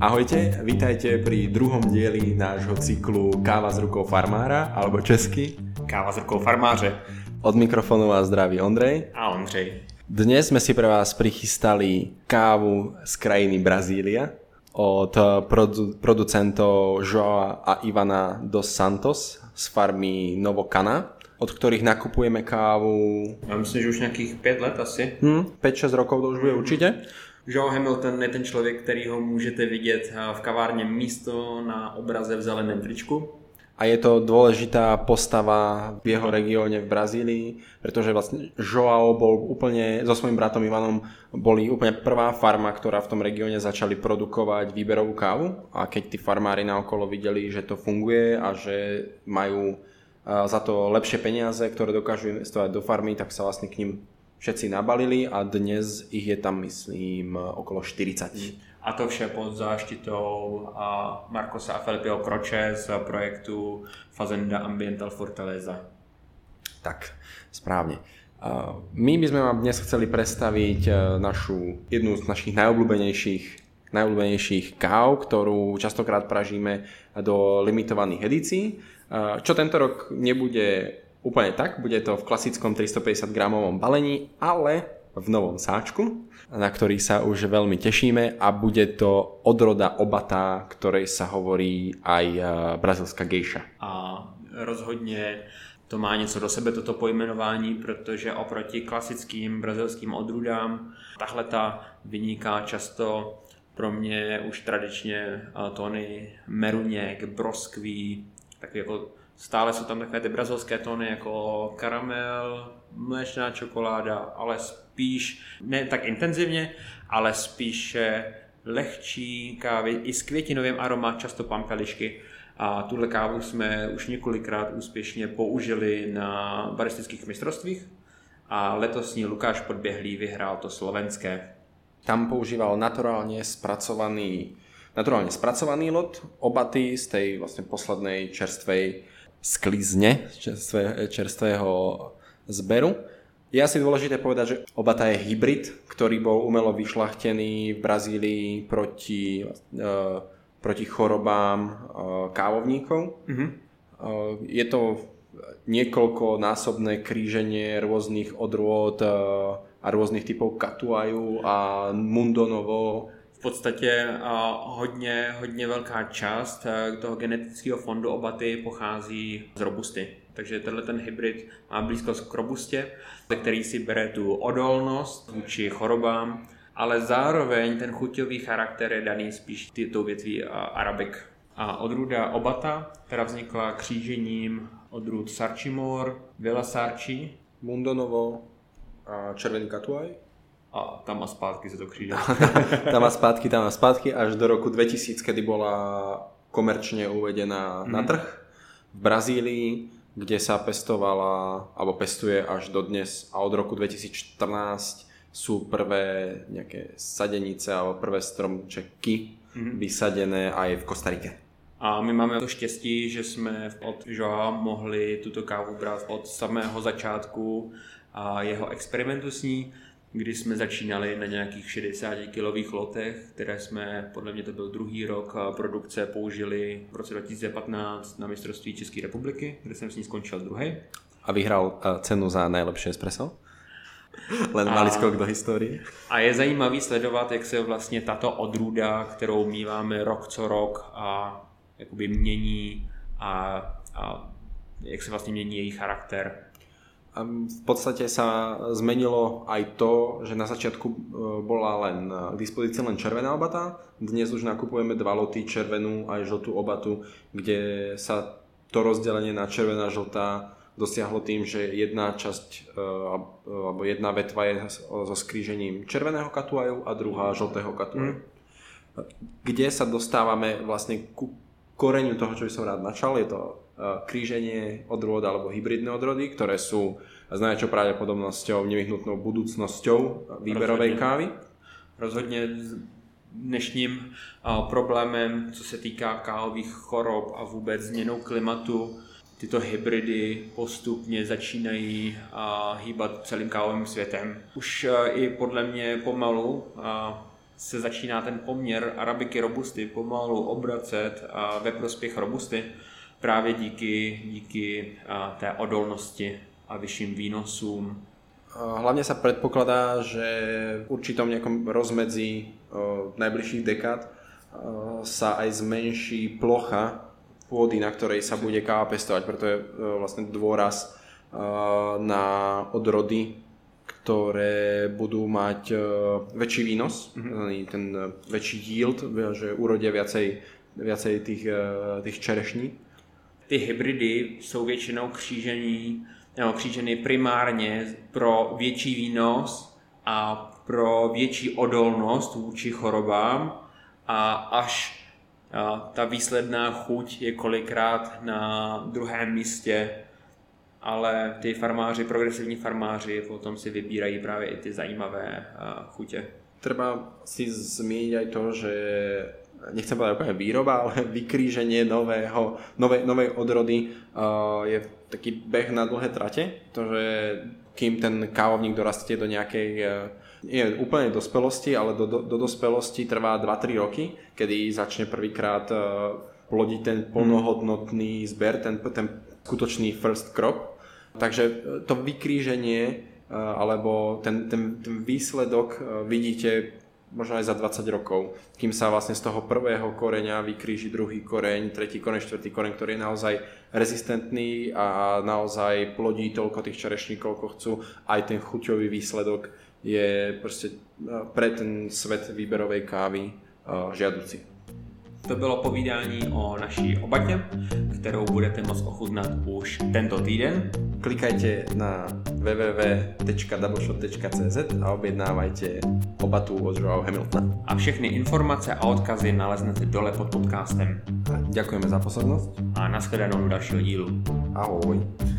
Ahojte, vítajte pri druhom dieli nášho cyklu Káva s rukou farmára, alebo česky Káva s rukou farmáře. Od mikrofónu vás zdraví Ondrej A Ondřej. Dnes sme si pre vás prichystali kávu z krajiny Brazília od producentov João a Ivana dos Santos z farmy Novo Cana, od ktorých nakupujeme kávu... Já myslím, že už nějakých 5 let asi. 5-6 rokov to už bude určite. João Hamilton je ten člověk, kterýho můžete vidět v kavárně místo na obraze v zeleném tričku. A je to dôležitá postava v jeho regióne v Brazílii, pretože vlastne João bol úplne, so svojím bratom Ivanom, boli úplne prvá farma, ktorá v tom regióne začali produkovať výberovú kávu. A keď tí farmári naokolo videli, že to funguje a že majú za to lepšie peniaze, ktoré dokážu investovať do farmy, tak sa vlastne k ním všetci nabalili a dnes ich je tam, myslím, okolo 40. A to vše pod záštitou Marcosa a Felipeho Croce z projektu Fazenda Ambiental Fortaleza. Tak, správne. My by sme vám dnes chceli predstaviť jednu z našich najobľúbenejších káv, ktorú častokrát pražíme do limitovaných edícií. Čo tento rok nebude úplne tak, bude to v klasickom 350 gramovom balení, ale v novom sáčku, na ktorý sa už veľmi tešíme, a bude to odroda Obata, ktorej sa hovorí aj brazilská gejša. A rozhodně to má něco do sebe, toto pojmenování, protože oproti klasickým brazilským odrůdám tahleta vyniká často pro mě už tradičně tóny meruněk, broskví, tak jako stále jsou tam takové ty brazilské tóny jako karamel, mléčná čokoláda, ale spíš, ne tak intenzivně, ale spíše lehčí kávy i s květinovým aromát, často pampelišky. A tuhle kávu jsme už několikrát úspěšně použili na baristických mistrovstvích a letosní Lukáš Podběhlý vyhrál to slovenské. Tam používal naturálne spracovaný lot Obaty z tej vlastne poslednej čerstvej sklizne, čerstvého zberu. Je asi dôležité povedať, že Obata je hybrid, ktorý bol umelo vyšľachtený v Brazílii proti chorobám kávovníkov. Mm-hmm. Je to niekoľkonásobné kríženie rôznych odrôd a rôznych typov Catuaju a Mundonovo. V podstatě hodně velká část toho genetického fondu Obaty pochází z robusty. Takže tenhle ten hybrid má blízkost k robustě, ze který si bere tu odolnost vůči chorobám, ale zároveň ten chuťový charakter je daný spíš tou větví arabik. A odrůda Obata, která vznikla křížením odrůd Sarchimor, Villa Sarchi, Mundonovo a červený Catuaj. A tam a zpátky se to kříží. tam a zpátky až do roku 2000, kedy bola komerčne uvedená na trh v Brazílii, kde sa pestovala, alebo pestuje až dodnes, a od roku 2014 sú prvé nejaké sadenice alebo prvé stromčeky vysadené aj v Kostarike. A my máme to štěstí, že jsme od Joa mohli tuto kávu brát od samého začátku a jeho experimentu s ní, kdy jsme začínali na nějakých 60 kilových lotech, které jsme, podle mě to byl druhý rok produkce, použili v roce 2015 na mistrovství České republiky, kde jsem s ní skončil druhý. A vyhral cenu za nejlepší espresso? Len malý skok do historie. A je zajímavý sledovat, jak se vlastně tato odrůda, kterou míváme rok co rok, a jakoby mění a jak se vlastně mění její charakter. A v podstate sa zmenilo aj to, že na začiatku bola k dispozícii len červená Obata. Dnes už nakupujeme 2 loty, červenú aj žltú Obatu, kde sa to rozdelenie na červená žltá dosiahlo tým, že jedna časť alebo jedna vetva je so skrížením červeného Catuaju a druhá žltého Catuaju. Kde sa dostávame vlastne ku koreňu toho, čo by som rád načal, je to kríženie odrôd alebo hybridné odrody, ktoré sú s najväčšou pravdepodobnosťou nevyhnutnou budúcnosťou výberovej kávy. Rozhodně dnešním problémem, co se týká kávových chorob a vůbec změnou klimatu, tyto hybridy postupně začínají hýbat celým kávovým světem. Už i podle mě pomalu se začíná ten poměr arabiky robusty pomalu obracet ve prospěch robusty právě díky té odolnosti a vyšším výnosům. Hlavne sa predpokladá, že v určitom nejakom rozmedzi najbližších dekád sa aj zmenší plocha pôdy, na ktorej sa bude káva pestovať, preto je vlastne dôraz na odrody, ktoré budú mať väčší výnos, ten väčší yield, že urodia viacej tých čerešní. Ty hybridy jsou většinou kříženy primárně pro větší výnos a pro větší odolnost vůči chorobám a až ta výsledná chuť je kolikrát na druhém místě, ale ty progresivní farmáři potom si vybírají právě i ty zajímavé chutě. Treba si zmieniť aj to, že nechcem povedať úplne výroba, ale vykríženie novej odrody je taký beh na dlhé trate, pretože kým ten kávovník dorastie do nejakej nie úplne dospelosti, ale do dospelosti trvá 2-3 roky, kedy začne prvýkrát plodiť ten plnohodnotný zber, ten skutočný first crop. Takže to vykríženie alebo ten výsledok vidíte možno aj za 20 rokov, kým sa vlastne z toho prvého koreňa vykríži druhý koreň, tretí koreň, štvrtý koreň, ktorý je naozaj rezistentný a naozaj plodí toľko tých čerešní, koľko chcú. Aj ten chuťový výsledok je proste pre ten svet výberovej kávy žiaduci. To bylo povídání o naší obatě, kterou budete moct ochutnat už tento týden. Klikajte na www.doubleshot.cz a objednávajte obatu od Joao Hamiltona. A všechny informace a odkazy naleznete dole pod podcastem. Ďakujeme za pozornosť. A nashledanou do dalšího dílu. Ahoj.